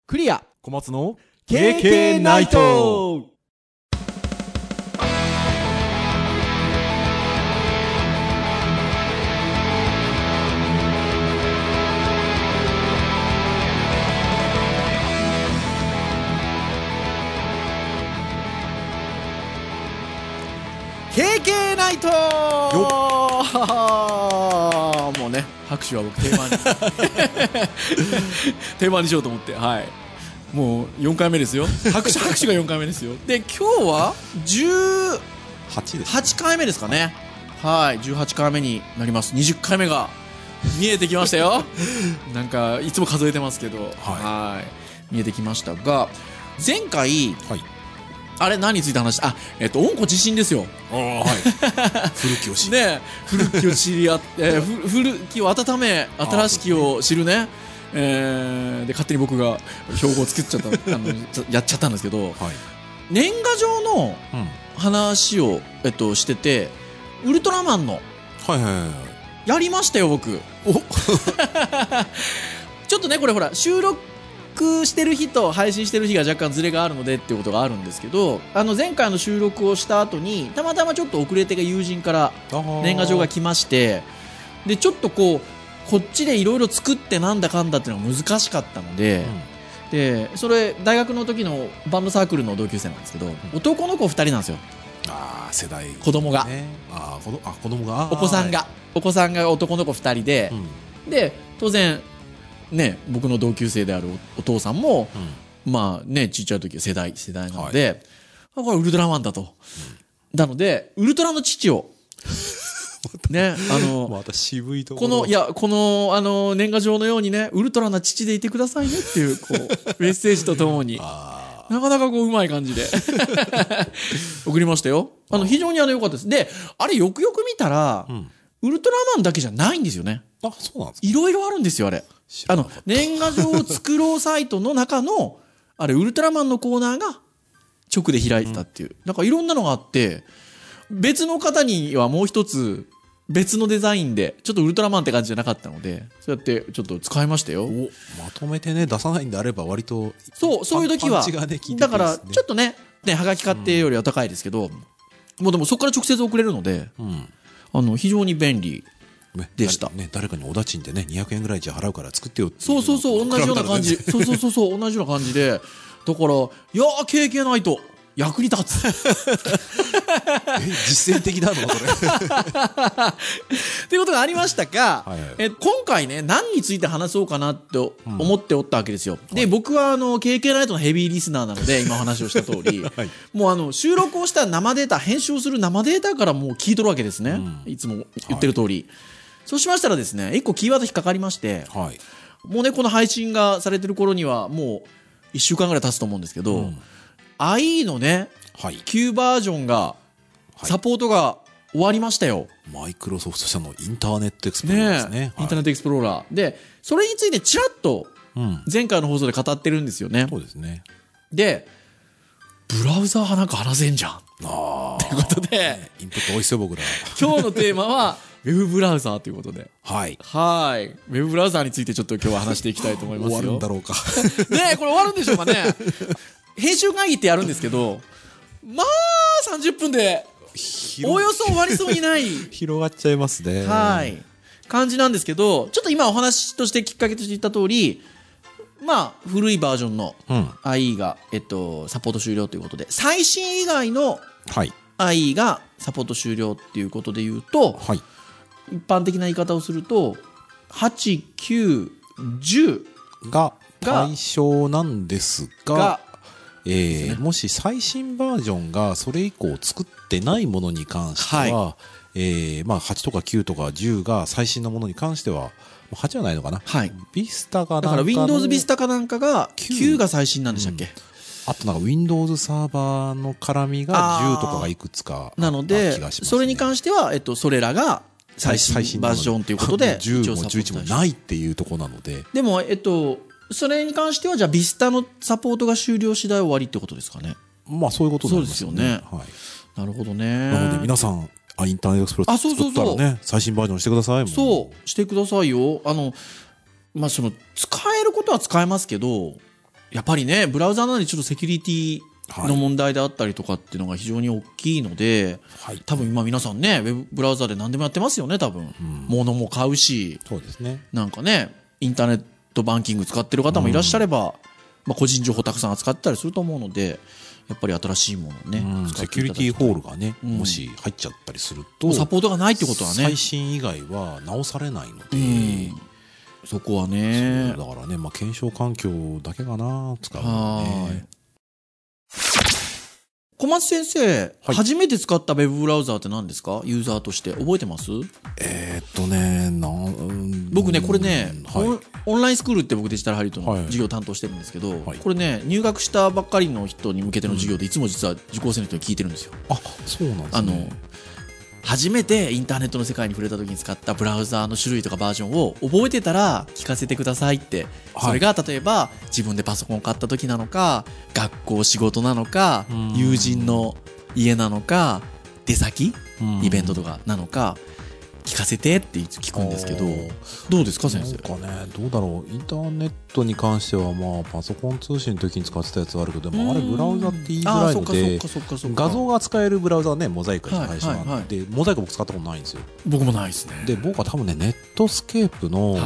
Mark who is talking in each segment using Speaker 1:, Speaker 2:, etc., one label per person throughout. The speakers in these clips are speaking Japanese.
Speaker 1: クリア
Speaker 2: 小松の
Speaker 1: KK ナイト。KK ナイトもうね、拍手は僕定番に定番にしようと思って、はい、もう4回目ですよ。拍手が4回目ですよ。で、今日は18回目ですかね。はい、18回目になります。20回目が見えてきましたよ。なんかいつも数えてますけど、はい見えてきましたが、前回、はい、あれ何について話した？温故知新ですよ。
Speaker 2: はい。古きを知る。
Speaker 1: ね、古きを知り合って、古きを温め、新しきを知るね。で、勝手に僕が標語を作っちゃった、やっちゃったんですけど、はい、年賀状の話を、してて、ウルトラマンの、やりましたよ、僕。ちょっとね、これほら、収録してる日と配信してる日が若干ズレがあるのでっていうことがあるんですけど、前回の収録をした後にたまたまちょっと遅れてが友人から年賀状が来まして、でちょっとこっちでいろいろ作ってなんだかんだっていうのが難しかったので、でそれ大学の時のバンドサークルの同級生なんですけど、男の子2人なんですよ。
Speaker 2: 世代、ね、
Speaker 1: 子供が、
Speaker 2: 子供が
Speaker 1: お子さんが男の子2人で、で当然ね、僕の同級生であるお父さんも、まあね、ちっちゃい時は世代なので、これウルトラマンだと。なので、ウルトラの父を、ね、
Speaker 2: また渋いところ。
Speaker 1: この年賀状のようにね、ウルトラな父でいてくださいねっていう、メッセージとともに、なかなかうまい感じで、送りましたよ。非常に良かったです。で、あれよくよく見たら、ウルトラマンだけじゃないんですよね。
Speaker 2: そうなんですか。
Speaker 1: いろいろあるんですよ、あれ。年賀状を作ろうサイトの中の、あれ、ウルトラマンのコーナーが直で開いてたっていう。なんかいろんなのがあって、別の方にはもう一つ、別のデザインで、ちょっとウルトラマンって感じじゃなかったので、そうやってちょっと使いましたよ。
Speaker 2: まとめてね、出さないんであれば割と。
Speaker 1: そういう時は。だから、ちょっとね、はがき買ってよりは高いですけど、もうでもそこから直接送れるので、非常に便利。でした。
Speaker 2: 誰かにおだちんでね、200円ぐらいじゃ払うから作ってよって。
Speaker 1: そう、同じような感じ。同じような感じで。だから、経験ないと役に立つ。
Speaker 2: 実践的なのそれ。
Speaker 1: っていうことがありましたが、今回ね、何について話そうかなと思っておったわけですよ。で、僕は経験ないとのヘビーリスナーなので、今お話をした通り、もう収録をした生データ、編集をする生データからもう聞いとるわけですね。いつも言ってる通り。そうしましたらですね、一個キーワード引っかかりまして、もうね、この配信がされてる頃にはもう1週間ぐらい経つと思うんですけど、IE のね、旧バージョンが、サポートが終わりましたよ。
Speaker 2: マイクロソフト社のインターネットエクスプローラーですね。
Speaker 1: インターネットエクスプローラー。で、それについてちらっと、前回の放送で語ってるんですよね。
Speaker 2: そうですね。
Speaker 1: で、ブラウザーなんか話せんじゃん。ということで、
Speaker 2: インプット多いですよ、僕ら。
Speaker 1: 今日のテーマは、ウェブブラウザーということで。ウェブブラウザーについてちょっと今日は話していきたいと思いますよ。
Speaker 2: 終わるんだろうか。
Speaker 1: ねえ、これ終わるんでしょうかね。編集会議ってやるんですけど、まあ、30分で、およそ終わりそうにない。
Speaker 2: 広がっちゃいますね。
Speaker 1: 感じなんですけど、ちょっと今お話としてきっかけとして言った通り、まあ、古いバージョンの IE が、サポート終了ということで、最新以外の IE がサポート終了っていうことで言うと、一般的な言い方をすると、8、9、10
Speaker 2: が対象なんですが、もし最新バージョンがそれ以降作ってないものに関しては、8とか9とか10が最新のものに関しては、8はないのかな、ビスタがなんかの、
Speaker 1: だから Windows ビスタかなんかが9が最新なんでしたっけ、
Speaker 2: あとなんか Windows サーバーの絡みが10とかがいくつか
Speaker 1: なので、それに関しては、それらが最新バージョンということで、
Speaker 2: 10も11もないっていうところなので。
Speaker 1: でも、それに関しては、じゃあ、ビスタのサポートが終了次第終わりってことですかね。
Speaker 2: まあ、そういうことになりますよね。
Speaker 1: なるほどね。
Speaker 2: なので、皆さん、インターネットエクスプローラー作ったらね、最新バージョンしてください。
Speaker 1: そう、してくださいよ。まあ、使えることは使えますけど、 やっぱりね、ブラウザーなのでちょっとセキュリティの問題であったりとかっていうのが非常に大きいので、はい、多分今皆さんね、ウェブブラウザーで何でもやってますよね、多分。物も買うし、
Speaker 2: そうですね。
Speaker 1: なんかね、インターネットバンキング使ってる方もいらっしゃれば、まあ個人情報たくさん扱ってたりすると思うので、やっぱり新しいものをね、
Speaker 2: セキュリティホールがね、もし入っちゃったりすると、
Speaker 1: サポートがないってことはね、
Speaker 2: 最新以外は直されないので、
Speaker 1: そこはね。
Speaker 2: だからね、まあ検証環境だけかな、使うのね。
Speaker 1: 小松先生、初めて使ったウェブブラウザーって何ですか？ユーザーとして覚えてます？僕ね、これね、オンラインスクールって僕デジタルハリウッドの授業を担当してるんですけど、これね、入学したばっかりの人に向けての授業でいつも実は受講生の人に聞いてるんですよ。
Speaker 2: あ、そうなんですね。
Speaker 1: 初めてインターネットの世界に触れた時に使ったブラウザーの種類とかバージョンを覚えてたら聞かせてくださいって、それが例えば自分でパソコンを買った時なのか、学校仕事なのか、友人の家なのか、出先イベントとかなのか聞かせてって聞くんですけど、どうですか先生？
Speaker 2: なんかね、どうだろう。インターネットに関してはまあパソコン通信の時に使ってたやつはあるけど、あれブラウザって言いづらいので、画像が使えるブラウザはね、モザイクの会社があって、モザイク僕使ったことないんですよ。
Speaker 1: 僕もないですね。
Speaker 2: で、僕は多分ね、ネットスケープの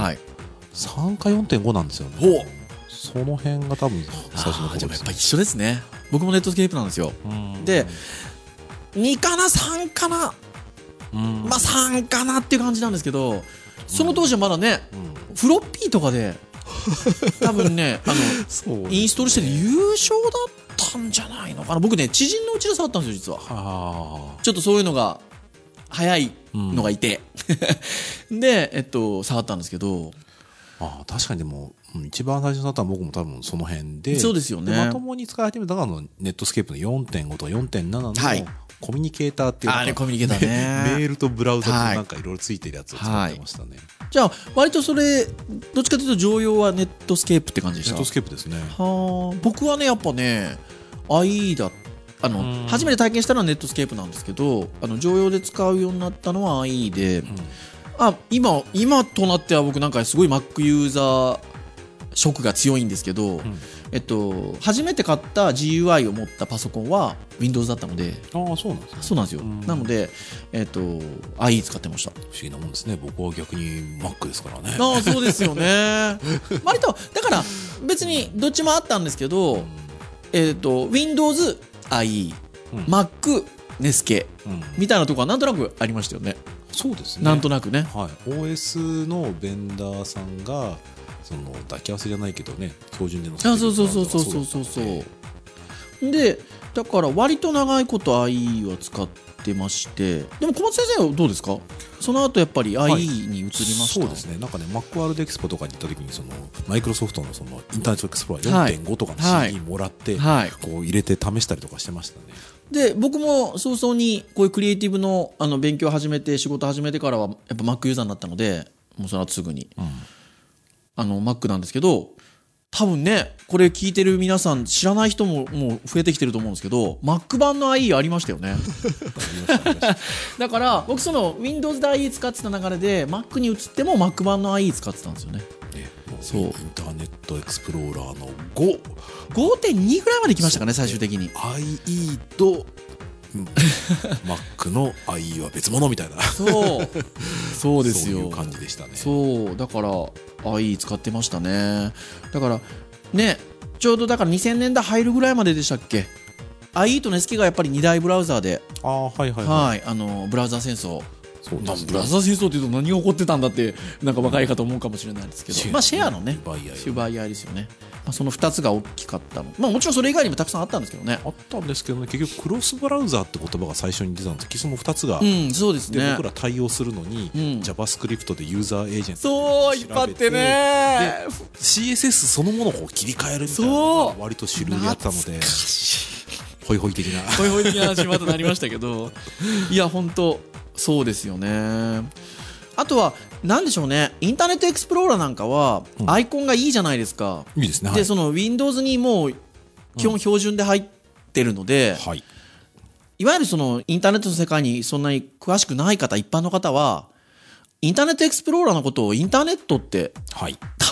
Speaker 2: 3か 4.5 なんですよね。その辺が多分最初の頃ですね。
Speaker 1: やっぱ一緒ですね。僕もネットスケープなんですよ。で、2かな3かな、まあ3かなっていう感じなんですけど、その当時はまだね、フロッピーとかで多分ね、インストールして優勝だったんじゃないのかな。僕ね、知人のうちで触ったんですよ、実は。ちょっとそういうのが早いのがいてで、触ったんですけど、
Speaker 2: 確かにでも一番最初になったのは僕も多分その辺で、
Speaker 1: そうですよね。
Speaker 2: まともに使い始めたのがネットスケープの 4.5 と 4.7 のコミュニケーターっていう
Speaker 1: コミュニケーターね
Speaker 2: メールとブラウザとなんかいろいろついてるやつを使ってましたね。
Speaker 1: じゃあ割とそれどっちかというと常用はネットスケープって感じでした？
Speaker 2: ネットスケープですね。
Speaker 1: 僕はねやっぱね IE だ初めて体験したのはネットスケープなんですけど、常用で使うようになったのは IE で、今となっては僕なんかすごい Mac ユーザー色が強いんですけど、初めて買った GUI を持ったパソコンは Windows だったので。
Speaker 2: そうなんですね。
Speaker 1: そうなんですよ。なので、IE 使ってました。
Speaker 2: 不思議なもんですね。僕は逆に Mac ですからね。
Speaker 1: そうですよね。割とだから別にどっちもあったんですけど、Windows IE、Mac ネスケみたいなところはなんとなくありましたよね。
Speaker 2: そうですね。
Speaker 1: なんとなくね。
Speaker 2: OS のベンダーさんがその抱き合わせじゃないけどね、標準でのそう
Speaker 1: で、だから割と長いこと IE は使ってまして、でも小松先生はどうですか？その後やっぱり IE に移りました？
Speaker 2: そうですね。なんかね、MacWorld Expo とかに行った時にマイクロソフトのそのインターネットエクスプローラー 4.5 とかの CD もらってこう入れて試したりとかしてましたね。
Speaker 1: で僕も早々にこういうクリエイティブの勉強を始めて仕事を始めてからはやっぱ Mac ユーザーになったので、もうその後すぐにMac なんですけど、多分ねこれ聞いてる皆さん知らない人ももう増えてきてると思うんですけど、 Mac 版の IE ありましたよねだから僕その Windows で IE 使ってた流れで Mac に移っても Mac 版の IE 使ってたんですよね。
Speaker 2: そう、インターネットエクスプローラーの
Speaker 1: 5.2 ぐらいまで来ましたかね、最終的に。
Speaker 2: IE とMac の IE は別物みたいな
Speaker 1: そうですよ。
Speaker 2: そういう感じでしたね。
Speaker 1: そうだから IE 使ってましたね。だからね、ちょうどだから2000年代入るぐらいまででしたっけ、 IE とネスケがやっぱり2大ブラウザーで、ブラウザー戦争。ブラウザー戦争っていうと何が起こってたんだってなんか若い方思うかもしれないんですけど、シェアのね、奪い合いですよね。その2つが大きかったの。もちろんそれ以外にもたくさんあったんですけどね。
Speaker 2: あったんですけどね、結局クロスブラウザーって言葉が最初に出たんですけど、その2つが、
Speaker 1: そうですね。
Speaker 2: 僕ら対応するのに、JavaScript でユーザーエージェント
Speaker 1: そういっぱいあってね、
Speaker 2: CSS そのものを切り替えるみたいなのが割と主流でやったので、ホイホイ的な
Speaker 1: 話またなりましたけどいや本当そうですよね。あとは何でしょうね、インターネットエクスプローラーなんかはアイコンがいいじゃないですか。
Speaker 2: いいですね。
Speaker 1: でその Windows にもう基本標準で入ってるので、いわゆるそのインターネットの世界にそんなに詳しくない方、一般の方はインターネットエクスプローラーのことをインターネットって多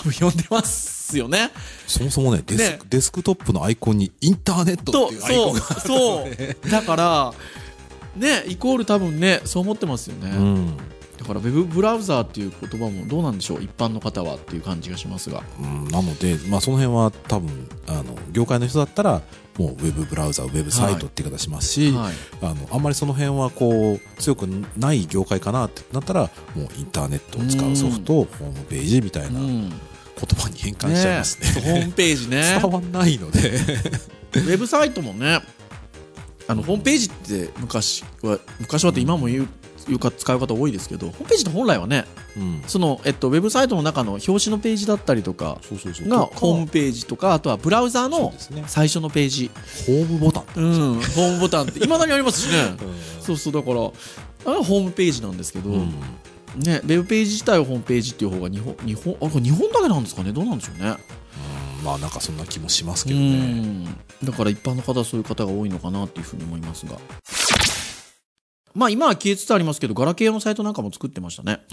Speaker 1: 多分呼んでますよね。
Speaker 2: そもそもね、デスクトップのアイコンにインターネットっていうアイコンがある、
Speaker 1: そうだからね、イコール多分ね、そう思ってますよね。だからウェブブラウザーっていう言葉もどうなんでしょう、一般の方はっていう感じがしますが、
Speaker 2: なので、その辺は多分業界の人だったらもうウェブブラウザー、ウェブサイトって言い方しますし、あんまりその辺はこう強くない業界かなってなったら、もうインターネットを使うソフト、ホームページみたいな言葉に変換しちゃいますね。
Speaker 1: ホームページね
Speaker 2: 伝わんないのでウ
Speaker 1: ェブサイトもね、ホームページって昔はって今も使う方多いですけど、ホームページって本来はね、そのウェブサイトの中の表紙のページだったりとかがホームページとか、あとはブラウザーの最初のページ、
Speaker 2: ホームボタン、
Speaker 1: ホームボタンって未だにありますしねそうだからホームページなんですけど、ね、ウェブページ自体をホームページっていう方が日本だけなんですかね、どうなんでしょうね。
Speaker 2: なんかそんな気もしますけどね。
Speaker 1: だから一般の方はそういう方が多いのかなっていうふうに思いますが、今は消えつつありますけど、ガラケーのサイトなんかも作ってましたね。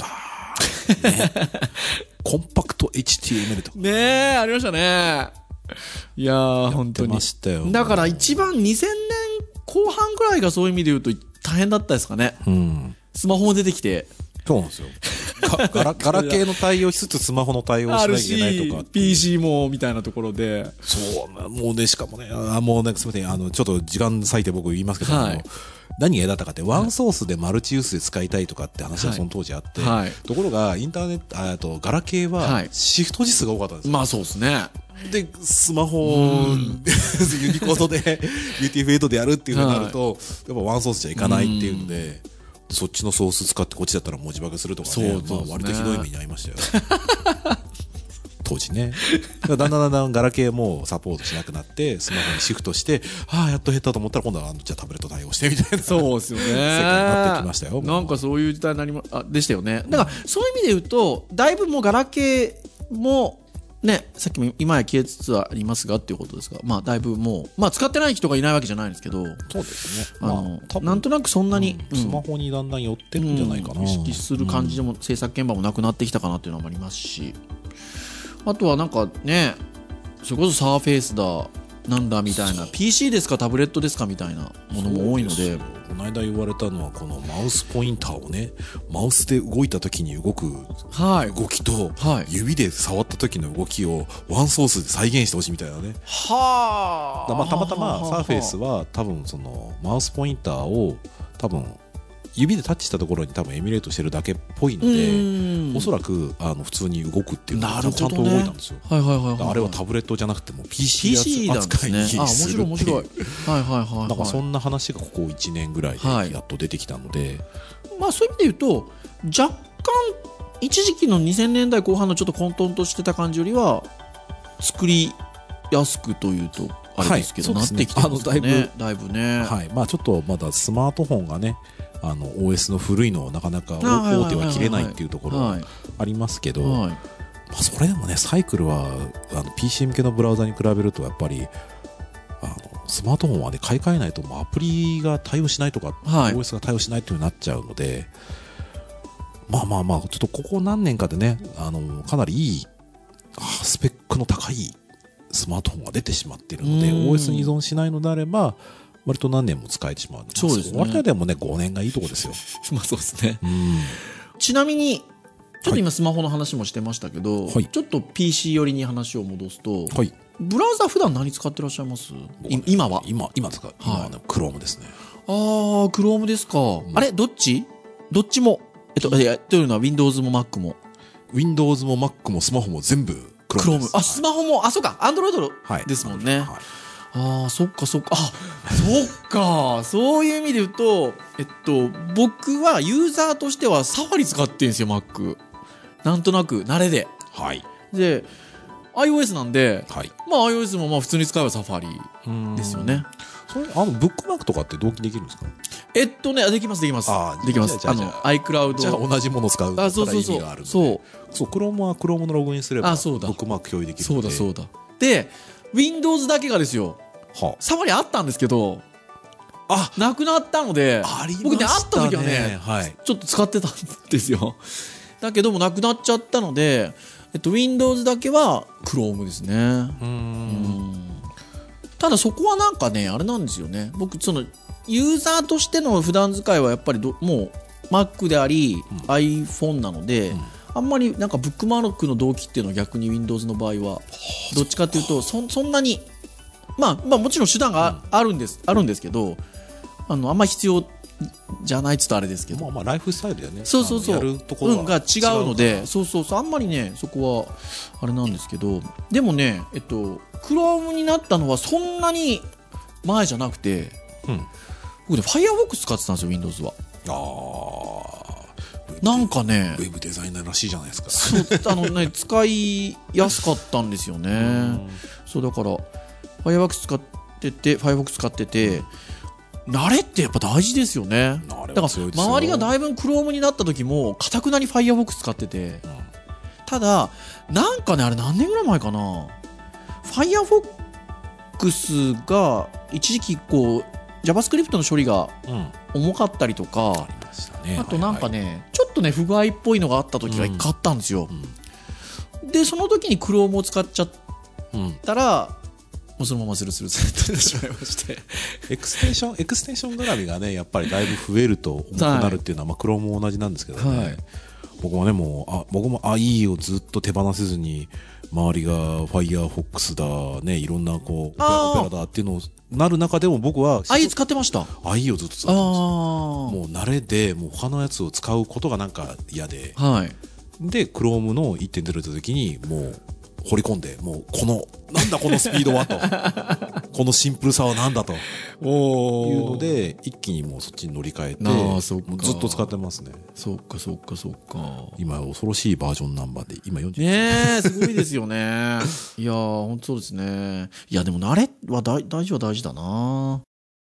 Speaker 2: コンパクト HTML と
Speaker 1: ねえ、ありましたね。いやー、本当に。
Speaker 2: ましたよ。
Speaker 1: だから一番2000年後半ぐらいがそういう意味で言うと大変だったですかね。スマホも出てきて。
Speaker 2: そうなんですよ。ガラケーの対応しつつスマホの対応しなきゃいけないとか。
Speaker 1: PC もみたいなところで。
Speaker 2: そう、もうね、しかもね、もうね、すみません、ちょっと時間割いて僕言いますけども、何が嫌だったかって、ワンソースでマルチユースで使いたいとかって話はその当時あって、ところがインターネット、ガラケーはシフト字数が多かったんですよ。
Speaker 1: そうですね。
Speaker 2: で、スマホ、ユニコードで、ビューティフェイドでやるっていうふうになると、やっぱワンソースじゃいかないっていうので、そっちのソース使ってこっちだったら文字化けするとかね、割とひどい目に遭いましたよ。当時ね。だんだんガラケーもサポートしなくなって、スマホにシフトして、やっと減ったと思ったら今度はじゃあタブレット対応してみたいな。
Speaker 1: そうですよね。世界
Speaker 2: になってきましたよ。
Speaker 1: なんかそういう時代になりでしたよね。だからそういう意味で言うと、だいぶもうガラケーも、ね、さっきも今や消えつつありますがっていうことですが、だいぶもう、使ってない人がいないわけじゃないんですけど、
Speaker 2: そうですね。
Speaker 1: なんとなくそんなに、
Speaker 2: スマホにだんだん寄ってるんじゃないかな。
Speaker 1: 意識する感じでも、制作現場もなくなってきたかなっていうのもありますし、あとはなんかね、それこそサーフェイスだ、なんだみたいな、PC ですかタブレットですかみたいなものも多いので、
Speaker 2: この間言われたのはこのマウスポインターをね、マウスで動いた時に動く動きと、指で触った時の動きをワンソースで再現してほしいみたいなね。たまたまサーフェイスは多分そのマウスポインターを多分指でタッチしたところに多分エミュレートしてるだけっぽいので、おそらく普通に動くっていうのがちゃんと動いたんですよ。あれはタブレットじゃなくても PC 扱いにするっていう。なんかそんな話がここ1年ぐらいでやっと出てきたので、
Speaker 1: そういう意味で言うと若干一時期の2000年代後半のちょっと混沌としてた感じよりは作りやすくというとあれですけど、なってきてますね。だいぶね。
Speaker 2: ちょっとまだスマートフォンがね、OS の古いのをなかなか大手は切れないっていうところはありますけど、それでもね、サイクルはPC 向けのブラウザに比べるとやっぱりスマートフォンはね、買い替えないとアプリが対応しないとか、OS が対応しないっていう風になっちゃうので、ちょっとここ何年かでね、かなりいいスペックの高いスマートフォンが出てしまっているので、OS に依存しないのであれば割と何年も使えてしまう。
Speaker 1: そうですね。
Speaker 2: 割とでもね、5年がいいとこですよ。
Speaker 1: そうですね。ちなみにちょっと今スマホの話もしてましたけど、ちょっと PC 寄りに話を戻すと、ブラウザ普段何使ってらっしゃいます？今は
Speaker 2: ですか？今はね、Chrome ですね。
Speaker 1: Chrome ですか。あれどっちもというのは Windows も Mac も
Speaker 2: Windows も Mac もスマホも全部 Chrome です。
Speaker 1: スマホもそうか Android ですもんね。そっか。そっか。そういう意味で言うと、僕はユーザーとしてはサファリ使ってるんですよ、Mac。なんとなく、慣れで。で、iOS なんで、iOS も普通に使えばサファリですよね。
Speaker 2: それ、ブックマークとかって同期できるんですか？
Speaker 1: できます。できます。iCloud。
Speaker 2: じゃあ同じものを使うから意味があるので。そう、Chrome は Chrome のログインすれば、ブックマーク共有できるので。
Speaker 1: そうだ。で、Windows だけがですよ、サファリあったんですけど、なくなったので、僕ね、あった時はね、ちょっと使ってたんですよ。だけどもなくなっちゃったので、 Windows だけは Chrome ですね。ただそこはなんかねあれなんですよね。僕そのユーザーとしての普段使いはやっぱりもう Mac であり、iPhone なので、あんまりなんかブックマークの同期っていうのは逆に Windows の場合はどっちかっていうとそんなにまあもちろん手段があるんですけど、あんまり必要じゃないっつったらあれですけど、
Speaker 2: まあライフスタイルだよね。
Speaker 1: そう
Speaker 2: やるところ
Speaker 1: が違うので、そうあんまりねそこはあれなんですけど、でもねChrome になったのはそんなに前じゃなくて、僕ね Firefox 使ってたんですよ Windows は。なんかね
Speaker 2: ウェブデザイナーらしいじゃないですか。
Speaker 1: そう使いやすかったんですよね。そうだから Firefox 使ってて慣れってやっぱ大事ですよね。だから周りがだいぶ Chrome になった時もかたくなに Firefox 使ってて、ただなんかねあれ何年ぐらい前かな、 Firefox が一時期こう JavaScript の処理が重かったりとか、あとなんかねちょっとね不具合っぽいのがあった時が一回あったんですよ。でその時に Chrome を使っちゃったら、もうそのままスルスルってしまいまして
Speaker 2: エクステンション絡みがねやっぱりだいぶ増えると重くなるっていうのは、Chrome も同じなんですけどね、僕もね僕もIE をずっと手放せずに、周りが Firefox だね、いろんなこうオペラだっていうのをなる中でも僕は
Speaker 1: IE 使ってました。
Speaker 2: IE をずっと使ってました。もう慣れでもう他のやつを使うことがなんか嫌で、で Chrome の 1.0 出た時にもう掘り込んで、もうなんだこのスピードはとこのシンプルさはなんだというので一気にもうそっちに乗り換えてずっと使ってますね。
Speaker 1: そうか
Speaker 2: 今恐ろしいバージョンナンバーで今40
Speaker 1: ねすごいですよねいや本当そうですね。いやでも慣れは大事だな。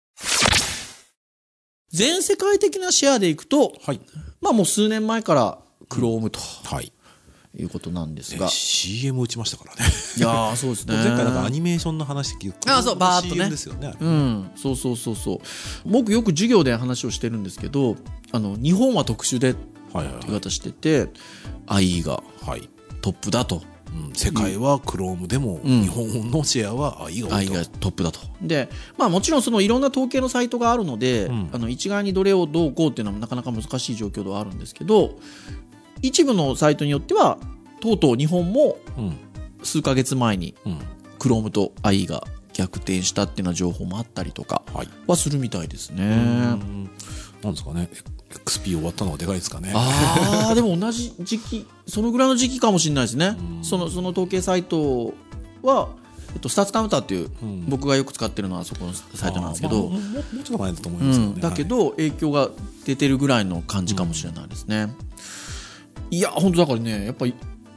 Speaker 1: 全世界的なシェアでいくと、まあもう数年前からChromeと、いうことなんですが、
Speaker 2: CM 打ちましたからね。
Speaker 1: いやそうですね。
Speaker 2: 前回なんかアニメーションの話聞くと、
Speaker 1: そうバーッとね
Speaker 2: CM ですよね。
Speaker 1: そう僕よく授業で話をしてるんですけど、日本は特殊でって言い方してて、IE がトップだと、
Speaker 2: 世界は Chrome でも日本のシェアは IE が
Speaker 1: トップだと。でまあもちろんそのいろんな統計のサイトがあるので、一概にどれをどうこうっていうのはなかなか難しい状況ではあるんですけど、一部のサイトによってはとうとう日本も数ヶ月前に Chrome と IE が逆転したっていうような情報もあったりとかはするみたいですね。
Speaker 2: なんですかね、XP 終わったのがでかいですかね。
Speaker 1: でも同じ時期、そのぐらいの時期かもしれないですね。その統計サイトはスタッツカウンターっていう、僕がよく使ってるのはそこのサイトなんですけど、
Speaker 2: もうちょっと前だと思いますけどね。
Speaker 1: だけど影響が出てるぐらいの感じかもしれないですね。いや本当だからねやっぱり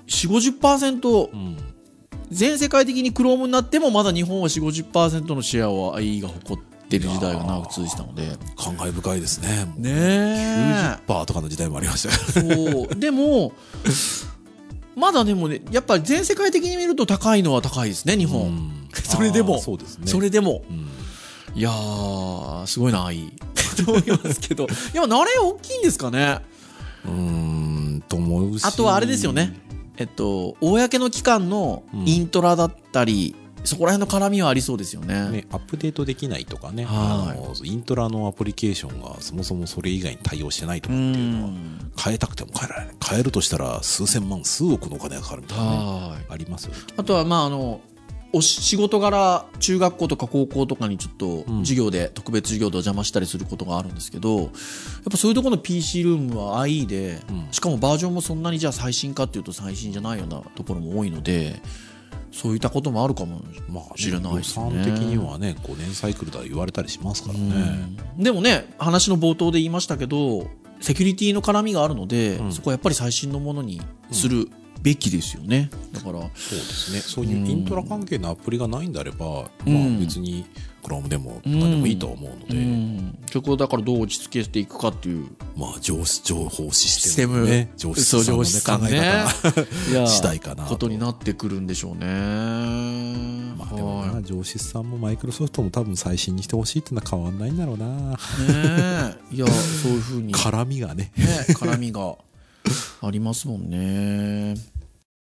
Speaker 1: 40-50%、全世界的に Chrome になってもまだ日本は 40-50% のシェアを IE が誇ってる時代が長く続いてたので、
Speaker 2: 感慨深いですね。
Speaker 1: 90%
Speaker 2: とかの時代もありましたよ。
Speaker 1: そうでもまだでもねやっぱり全世界的に見ると高いのは高いですね日本。それでもいやーすごいな IE と思いますけど、いや慣れ大きいんですかね。
Speaker 2: と思うし、
Speaker 1: あとはあれですよね、公の機関のイントラだったり、そこら辺の絡みはありそうですよ ね。
Speaker 2: アップデートできないとかね、イントラのアプリケーションがそもそもそれ以外に対応してないとかっていうのは変えたくても変えられない、変えるとしたら数千万数億のお金がかかるみたいな、ありますよね。
Speaker 1: あとは仕事柄中学校とか高校とかにちょっと授業で、特別授業でお邪魔したりすることがあるんですけど、やっぱそういうところの PC ルームは IE で、しかもバージョンもそんなにじゃあ最新かっていうと最新じゃないようなところも多いので、そういったこともあるかもしれないですね。
Speaker 2: 予算的にはね5年サイクルだ言われたりしますからね。
Speaker 1: でもね話の冒頭で言いましたけどセキュリティの絡みがあるので、そこはやっぱり最新のものにするべきですよね。だからそう
Speaker 2: ですね、そういうイントラ関係のアプリがないんであれば、別に Chrome でも何でもいいと思うので、
Speaker 1: そこをだからどう落ち着けていくかっていう、
Speaker 2: 情報システムね、上司さんの考え方次第かな
Speaker 1: ことになってくるんでしょうね。
Speaker 2: でもな、上司さんもマイクロソフトも多分最新にしてほしいっていうのは変わんないんだろうな。
Speaker 1: いやそういうふうに
Speaker 2: 絡みがありますもんね。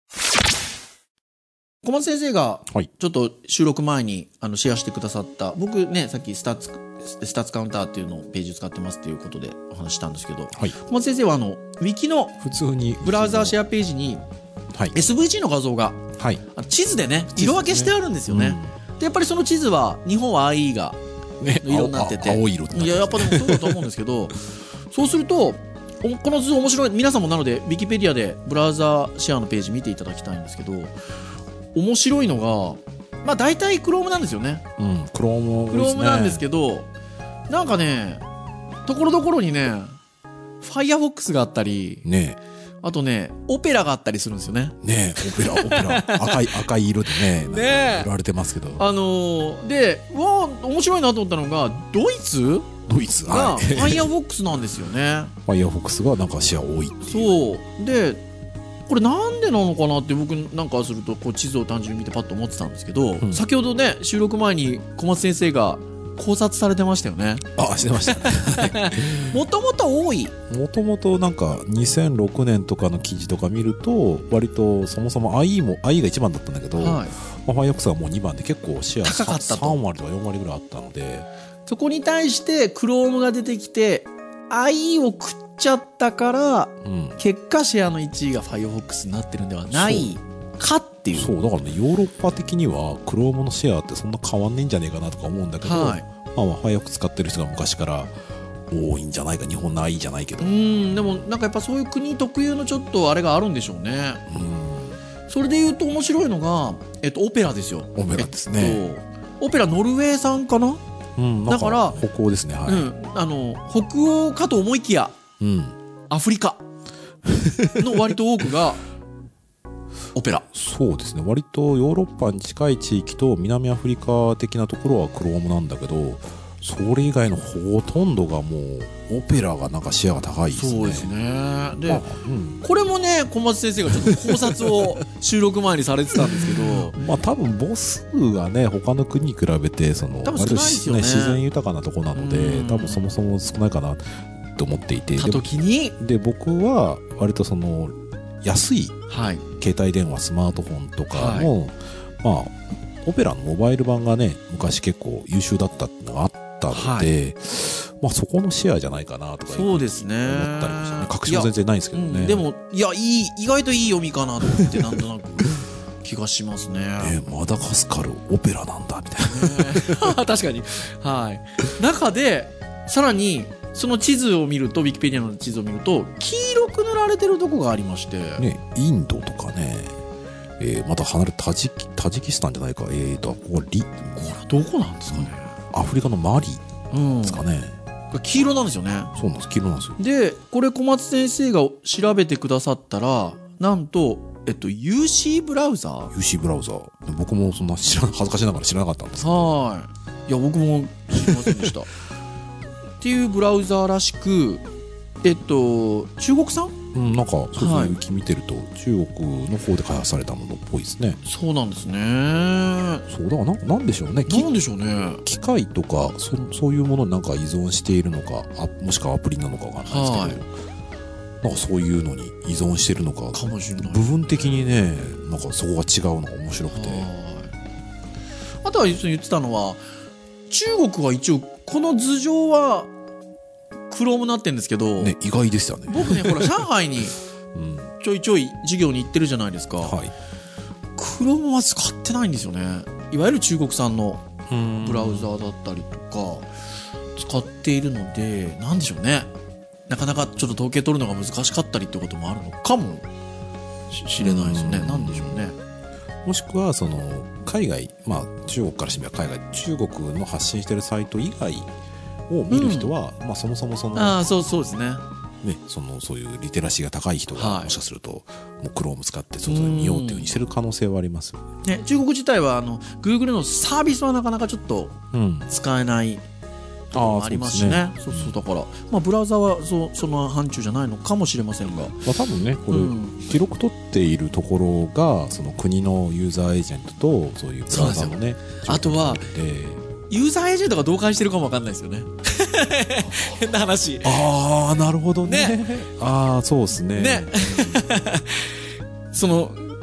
Speaker 1: 小松先生が
Speaker 2: はい。
Speaker 1: ちょっと収録前にシェアしてくださった、僕ね、さっきスタッツカウンターっていうのをページを使ってますっていうことでお話したんですけど、
Speaker 2: はい。
Speaker 1: 小松先生はウィキの
Speaker 2: 普通に。
Speaker 1: ブラウザーシェアページに
Speaker 2: はい。
Speaker 1: SVG の画像が
Speaker 2: はい。
Speaker 1: 地図でね、色分けしてあるんですよね。で、やっぱりその地図は日本は IE が
Speaker 2: ね、
Speaker 1: 色になってて、
Speaker 2: 青色ってなってますね。
Speaker 1: いや、やっぱでもそうだと思うんですけど、そうすると、この図面白い、皆さんもなので、ウィキペディアでブラウザーシェアのページ見ていただきたいんですけど、面白いのが、まあ大体 Chrome なんですよね。
Speaker 2: うん、Chrome
Speaker 1: なんですけど、なんかね、ところどころにね、Firefox があったり、
Speaker 2: ね
Speaker 1: あとね、オペラがあったりするんですよね。
Speaker 2: ねオペラ、赤い色でね、
Speaker 1: ね
Speaker 2: 言われてますけど。
Speaker 1: で、面白いなと思ったのが、ドイツが
Speaker 2: はい。
Speaker 1: Firefox なんですよね。
Speaker 2: Firefox がなんかシェア多いっていう。
Speaker 1: そう。で、これなんでなのかなって僕なんかするとこう地図を単純に見てパッと思ってたんですけど、先ほどね、収録前に小松先生が考察されてましたよね。
Speaker 2: あ、してましたね。
Speaker 1: もともと多い。
Speaker 2: もともとなんか2006年とかの記事とか見ると、割とそもそも IE が1番だったんだけど、Firefox がもう2番で結構シェア
Speaker 1: 高かったと。
Speaker 2: 3割とか4割ぐらいあったので、
Speaker 1: そこに対して Chrome が出てきて、IE を食っちゃったから、結果シェアの1位が Firefox になってるんではないかっていう。
Speaker 2: そう、だからね、ヨーロッパ的には Chrome のシェアってそんな変わんねえんじゃねえかなとか思うんだけど、まあ Firefox 使ってる人が昔から多いんじゃないか、日本の IE じゃないけど。
Speaker 1: でもなんかやっぱそういう国特有のちょっとあれがあるんでしょうね。それで言うと面白いのが、オペラですよ。
Speaker 2: オペラですね。
Speaker 1: オペラノルウェー産かな？だから
Speaker 2: 北欧ですね。はい。
Speaker 1: 北欧かと思いきや、アフリカの割と多くがオペラ。
Speaker 2: そうですね。割とヨーロッパに近い地域と南アフリカ的なところはクロームなんだけど、それ以外のほとんどがもうオペラがなんかシェアが高いですね。
Speaker 1: そうですね。で、これもね、小松先生がちょっと考察を収録前にされてたんですけど、
Speaker 2: まあ多分母数がね、他の国に比べてその
Speaker 1: 多分少ないですよね。
Speaker 2: 自然豊かなところなので、多分そもそも少ないかなと思っていて、
Speaker 1: た時に
Speaker 2: で僕は割とその安い携帯電話、スマートフォンとかの、まあオペラのモバイル版がね、昔結構優秀だったっていうのがあったので、まあそこのシェアじゃないかなとか思ったりもしたね。確信は全然ないんですけどね。
Speaker 1: でも意外といい読みかなと思ってなんとなく気がしますね。
Speaker 2: マダガスカルオペラなんだみたい
Speaker 1: な。確かに。はい。中でさらにその地図を見ると、ウィキペディアの地図を見ると黄色く塗られてるとこがありまして、
Speaker 2: ね、インドとかね、また離れタジキスタンじゃないか、これどこなんですかね。アフリカのマリですかね。
Speaker 1: 黄色なんですよね。
Speaker 2: そうなんです、黄色なんですよ。
Speaker 1: で、これ小松先生が調べてくださったら、なんと、UC ブラウザー
Speaker 2: ?UC ブラウザー。僕もそんな恥ずかしながら知らなかったんですけ
Speaker 1: ど。いや、僕も知りませんでした。っていうブラウザーらしく、中国産？
Speaker 2: なんか、そうですね、ウィキ見てると、中国の方で開発されたものっぽいですね。
Speaker 1: そうなんですね。
Speaker 2: そう、だからなんでしょうね。
Speaker 1: なんでしょうね。
Speaker 2: 機械とか、そういうものになんか依存しているのか、もしくはアプリなのかわかんないですけど、なんかそういうのに依存してるのか、
Speaker 1: かもしれない。
Speaker 2: 部分的にね、なんかそこが違うのが面白くて。
Speaker 1: あとは言ってたのは、中国は一応、この頭上は、クロームなってんですけど、
Speaker 2: ね、意外でしたね。
Speaker 1: 僕ね、ほら、上海にちょいちょい授業に行ってるじゃないですか。クロームは使ってないんですよね。いわゆる中国産のブラウザーだったりとか、使っているので、なんでしょうね。なかなかちょっと統計取るのが難しかったりってこともあるのかもしれないですよね。なんでしょうね。
Speaker 2: もしくは、その、海外、まあ、中国からしてみれば海外、中国の発信してるサイト以外を見る人は、まあそもそも
Speaker 1: そうですね。
Speaker 2: ね、そういうリテラシーが高い人が、もしかすると、もう Chrome 使って外で見ようっていうふうにしてる可能性はありますよ
Speaker 1: ね。中国自体はGoogle のサービスはなかなかちょっと使えないありますしね。そうだから、まあブラウザはその範疇じゃないのかもしれませんが、
Speaker 2: まあ多分ね、これ記録取っているところがその国のユーザーエージェントとそういうブラウザのね、
Speaker 1: あとはユーザーエージェントが同感してるかもわかんないですよね。変な話。
Speaker 2: ああ、なるほどね。そうですね。
Speaker 1: ね。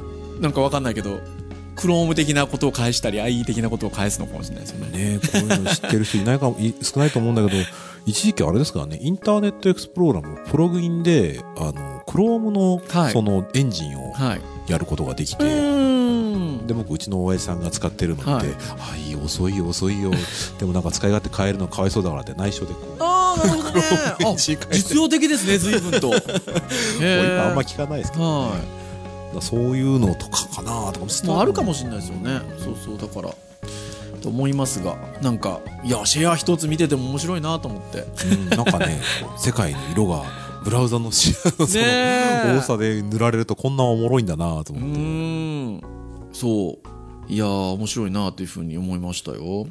Speaker 1: なんかわかんないけどクローム的なことを返したり IE 的なことを返すのかもしれないですよね。
Speaker 2: ね、こういうの知ってる人いないかも少ないと思うんだけど、一時期あれですからね、インターネットエクスプローラーもプログインでクロームのそのエンジンをやることができて、で僕うちの親父さんが使ってるのって、いい遅いよでもなんか使い勝手変えるのかわいそうだからって内緒でこう、
Speaker 1: なるほどね実用的ですね、随分と
Speaker 2: 今あんま聞かないですけどね、そういうのとかかなとか
Speaker 1: もあるかもしれないですよね。そうだからと思いますが、なんかいやシェア一つ見てても面白いなと思って、
Speaker 2: なんかね世界の色がブラウザのシェアのその多さで塗られるとこんなおもろいんだなと思って、
Speaker 1: そういや面白いなというふうに思いましたよ。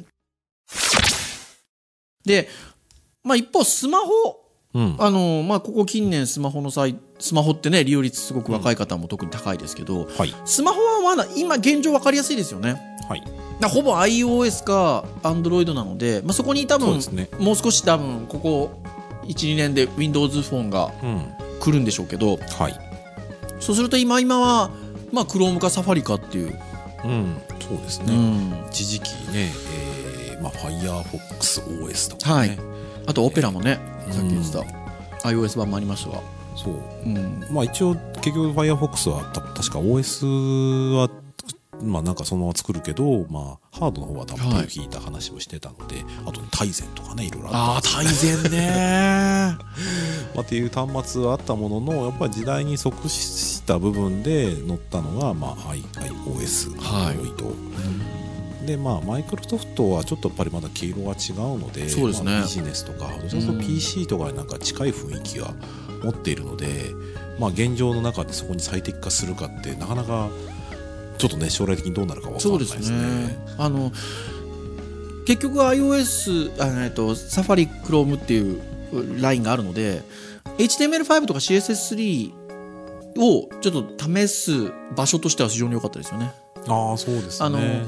Speaker 1: で一方スマホ、ここ近年スマホってね利用率すごく若い方も特に高いですけど、スマホはまだ今現状分かりやすいですよね。ほぼ iOS か Android なので、そこに多分、もう少し多分ここ 1,2 年で Windows フォンが来るんでしょうけど、そうすると今はChrome か Safari かっていう、
Speaker 2: そうですね、一時期ね、Firefox OS とかね、
Speaker 1: あとオペラもね、さっき言ってた iOS 版もありましたが、
Speaker 2: 一応結局 Firefox は確か OS はなんかそのまま作るけど、ハードの方は多分手を引いた話をしてたので、あと大然とかね、いろいろあった。
Speaker 1: 大然ね
Speaker 2: っていう端末はあったものの、やっぱり時代に即した部分で乗ったのが、iOS が多いと。でマイクロソフトはちょっとやっぱりまだ毛色が違うので、ビジネスとかどちらかというと PC とかになんか近い雰囲気が持っているので、現状の中でそこに最適化するかってなかなかちょっとね将来的にどうなるか分からないですね。
Speaker 1: 結局 iOS、Safari、Chrome っていうラインがあるので HTML5 とか CSS3 をちょっと試す場所としては非常に良かったですよね。
Speaker 2: そうですね。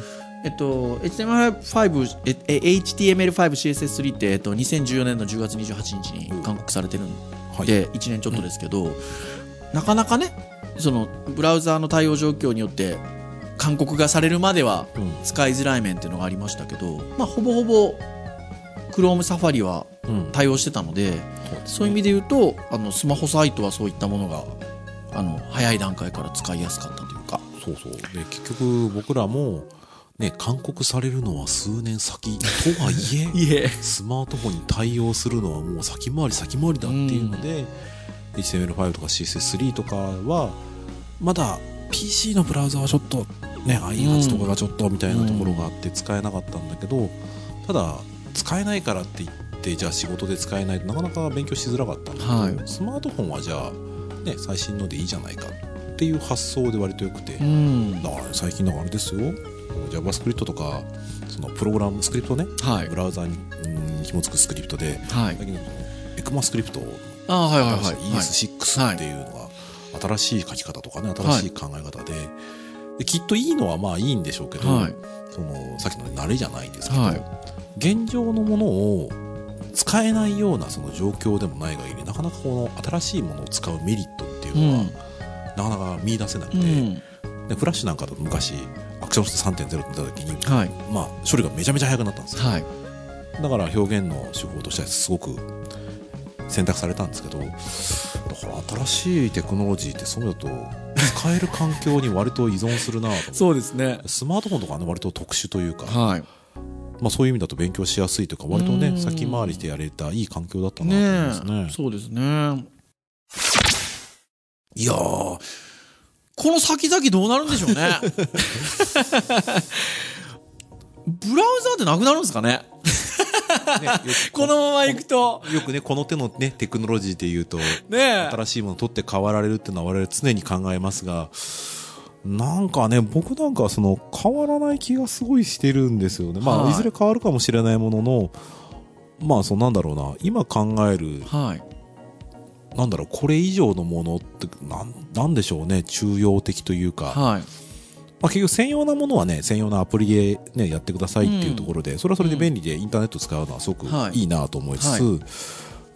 Speaker 1: HTML5、CSS3 って、2014年の10月28日に勧告されてるんで、1年ちょっとですけど、なかなかねそのブラウザーの対応状況によって勧告がされるまでは使いづらい面っていうのがありましたけど、ほぼほぼ Chrome、Safari は対応してたので、そういう意味で言うとスマホサイトはそういったものが早い段階から使いやすかったというか。
Speaker 2: で結局僕らも勧告されるのは数年先とはいえスマートフォンに対応するのはもう先回りだっていうので、HTML5 とか CSS3 とかはまだ PC のブラウザはちょっとね i8 とかがちょっとみたいなところがあって使えなかったんだけど、ただ使えないからって言ってじゃあ仕事で使えないとなかなか勉強しづらかったんだけど、スマートフォンはじゃあ最新のでいいじゃないかっていう発想で割とよくて、だから最近あれですよ、JavaScript とかそのプログラムスクリプトね、ブラウザに紐付くスクリプトで、最近のECMAScript ES6 っていうのが新しい書き方とかね、新しい考え方で、きっといいのはいいんでしょうけど、そのさっきの慣れじゃないんですけど、現状のものを使えないようなその状況でもない限り、なかなかこの新しいものを使うメリットっていうのは、なかなか見出せなくて、でフラッシュなんかだと昔アクションスト 3.0 って出た時に、処理がめちゃめちゃ速くなったんですよ、だから表現の手法としてはすごく選択されたんですけど、だから新しいテクノロジーってそうだと使える環境に割と依存するなと
Speaker 1: そうですね。
Speaker 2: スマートフォンとかは、割と特殊というか、そういう意味だと勉強しやすいというか、割とね先回りしてやれたいい環境だったなと思いますね。
Speaker 1: そうですね。いやー、この先々どうなるんでしょうねブラウザーってなくなるんですかねこのままいくと
Speaker 2: よくねこの手のねテクノロジーでいうと、新しいものを取って変わられるっていうのは我々常に考えますが、なんかね僕なんかはその変わらない気がすごいしてるんですよね。いずれ変わるかもしれないものの、そうなんだろうな、今考える、なんだろう、これ以上のものってなんでしょうね、中庸的というか、結局専用なものはね専用なアプリで、ね、やってくださいっていうところで、それはそれで便利でインターネット使うのはすごくいいなと思いつつ、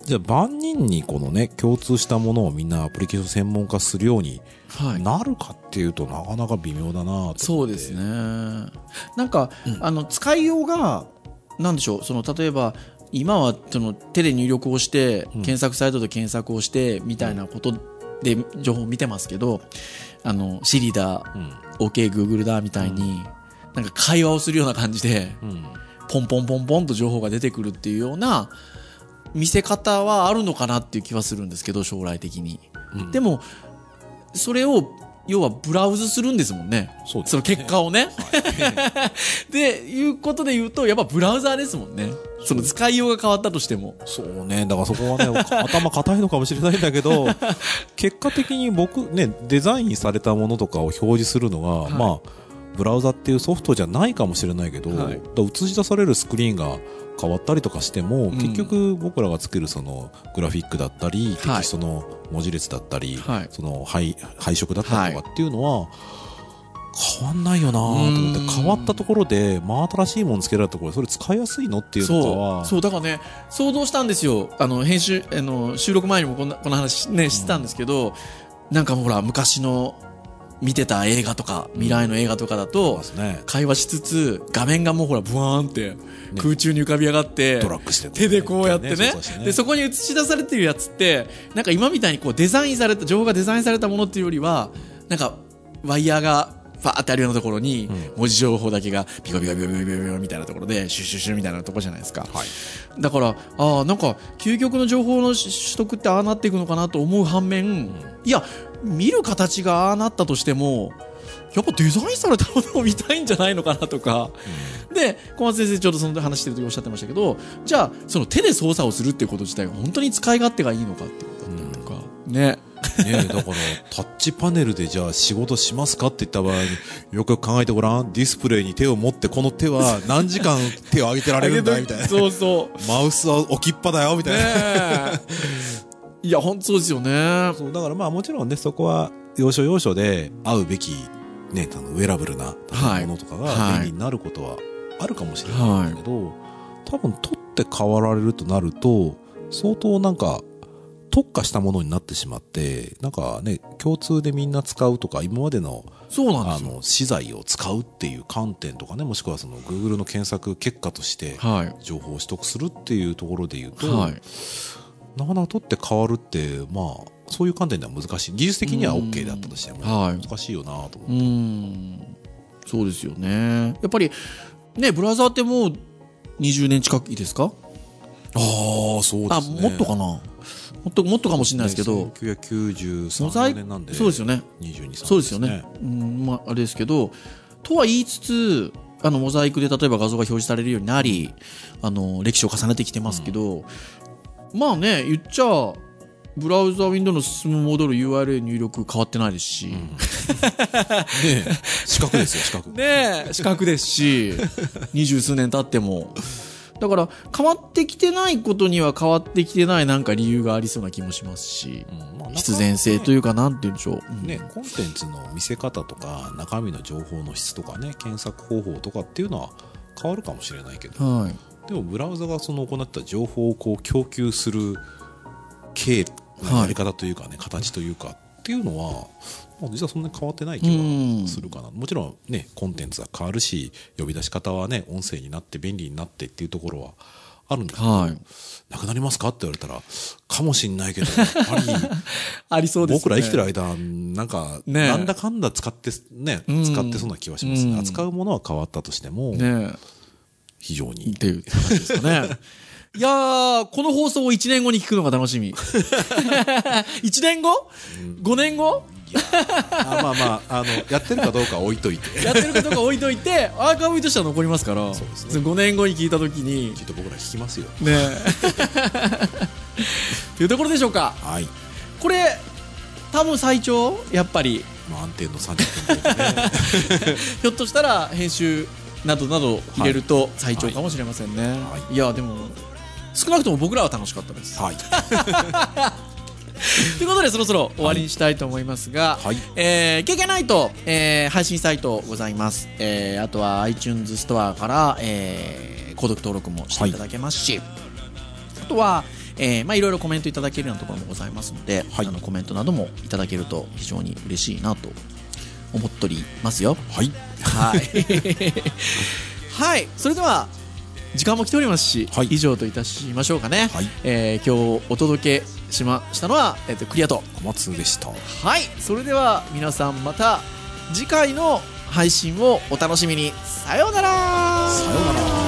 Speaker 2: じゃあ万人にこのね共通したものをみんなアプリケーション専門化するようになるかっていうと、なかなか微妙だなと思って。
Speaker 1: そうですね。なんか、使いようがなんでしょう、その例えば今はその手で入力をして、検索サイトで検索をしてみたいなことで情報を見てますけど、Siri だ、OK Google だみたいに、なんか会話をするような感じで、ポンポンポンポンと情報が出てくるっていうような見せ方はあるのかなっていう気はするんですけど、将来的に。でもそれを要はブラウズするんですもんね。
Speaker 2: そうですね。
Speaker 1: その結果をね。でいうことで言うとやっぱブラウザーですもんね。その使いようが変わったとしても。
Speaker 2: そうね。だからそこはね頭固いのかもしれないんだけど、結果的に僕ねデザインされたものとかを表示するのは、まあブラウザっていうソフトじゃないかもしれないけど、だ映し出されるスクリーンが変わったりとかしても、結局僕らが作るそのグラフィックだったり、テキストの文字列だったり、その配色だったりとかっていうのは変わんないよなと思って、変わったところで真新しいものつけられたところでそれ使いやすいのっていうのかは、
Speaker 1: そうだからね想像したんですよ。編集収録前にもこの話ねしてたんですけど、なんかほら昔の見てた映画とか未来の映画とかだと会話しつつ画面がもうほらブワーンって空中に浮かび上がって
Speaker 2: トラックして
Speaker 1: 手でこうやってね、でそこに映し出されてるやつってなんか今みたいにこうデザインされた情報がデザインされたものっていうよりはなんかワイヤーがファーってあるようなところに文字情報だけがピコピコピコピコピコみたいなところでシュシュシュみたいなところじゃないですか。だからなんか究極の情報の取得ってああなっていくのかなと思う反面、いや見る形がああなったとしてもやっぱデザインされたものを見たいんじゃないのかなとか、で小松先生ちょうどその話してる時おっしゃってましたけど、じゃあその手で操作をするっていうこと自体が本当に使い勝手がいいのかっていうことだったりとかね。
Speaker 2: だからタッチパネルでじゃあ仕事しますかって言った場合によく考えてごらん。ディスプレイに手を持ってこの手は何時間手を上げてられるんだみたいな
Speaker 1: そうそう
Speaker 2: マウスは置きっぱだよみたいな、
Speaker 1: いや本当そうですよね。
Speaker 2: そうだからまあもちろんねそこは要所要所で合うべきねウェラブルなものとかが便利になることはあるかもしれないんだけど、多分取って代わられるとなると相当なんか特化したものになってしまって、なんかね共通でみんな使うとか今までの資材を使うっていう観点とかね、もしくはその Google の検索結果として情報を取得するっていうところで言うと、なかなか取って変わるってまあそういう観点では難しい。技術的には OK だったとしても難しいよなと思って。
Speaker 1: そうですよね。やっぱりねブラウザーってもう20年近くいいですか？
Speaker 2: そうですね。
Speaker 1: もっとかな。もっとかもしれないですけど、
Speaker 2: 1993年なんで
Speaker 1: そうですよね。
Speaker 2: 22、3
Speaker 1: そうですよね。まああれですけど、とは言いつつモザイクで例えば画像が表示されるようになり、歴史を重ねてきてますけど、まあね言っちゃブラウザウィンドウの進む戻る URL 入力変わってないですし、
Speaker 2: 四角ですよ四角。
Speaker 1: 四角ですし、20数年経っても。だから変わってきてないことには変わってきてないなんか理由がありそうな気もしますし、必然性というかなんて言うんでしょう、
Speaker 2: コンテンツの見せ方とか中身の情報の質とかね検索方法とかっていうのは変わるかもしれないけど、でもブラウザがその行った情報をこう供給する経やり方というかね、形というかっていうのは実はそんなに変わってない気がするかな。もちろんねコンテンツが変わるし呼び出し方はね音声になって便利になってっていうところはあるんだけど、なくなりますかって言われたらかもしんないけどやっぱり
Speaker 1: ありそうですね。
Speaker 2: 僕ら生きてる間なんかなんだかんだ使ってそうな気はしますね。扱うものは変わったとしても非常に
Speaker 1: っていう感じですかね。いやー、この放送を1年後に聞くのが楽しみ。1年後 ?5 年後
Speaker 2: やってるかどうか置いといて
Speaker 1: やってるかどうか置いといてアーカイブとしては残りますから、そうですね、5年後に聞いたときに
Speaker 2: きっと僕ら聞きますよ
Speaker 1: ねというところでしょうか。これ多分最長やっぱり、
Speaker 2: 安定の30分でね
Speaker 1: ひょっとしたら編集などなど入れると最長かもしれませんね。いやでも少なくとも僕らは楽しかったです。ということでそろそろ終わりにしたいと思いますが、KKナイト、配信サイトございます。あとは iTunes ストアから、購読登録もしていただけますし、あとは、 いろいろコメントいただけるようなところもございますので、
Speaker 2: はい、
Speaker 1: コメントなどもいただけると非常に嬉しいなと思っておりますよ。
Speaker 2: はい。
Speaker 1: はい。はい。それでは、時間も来ておりますし、
Speaker 2: はい、
Speaker 1: 以上といたしましょうかね。
Speaker 2: はい、
Speaker 1: 今日お届けしましたのは、クリアと
Speaker 2: 小松でした。
Speaker 1: はい。それでは皆さんまた次回の配信をお楽しみに。さようなら。
Speaker 2: さようなら。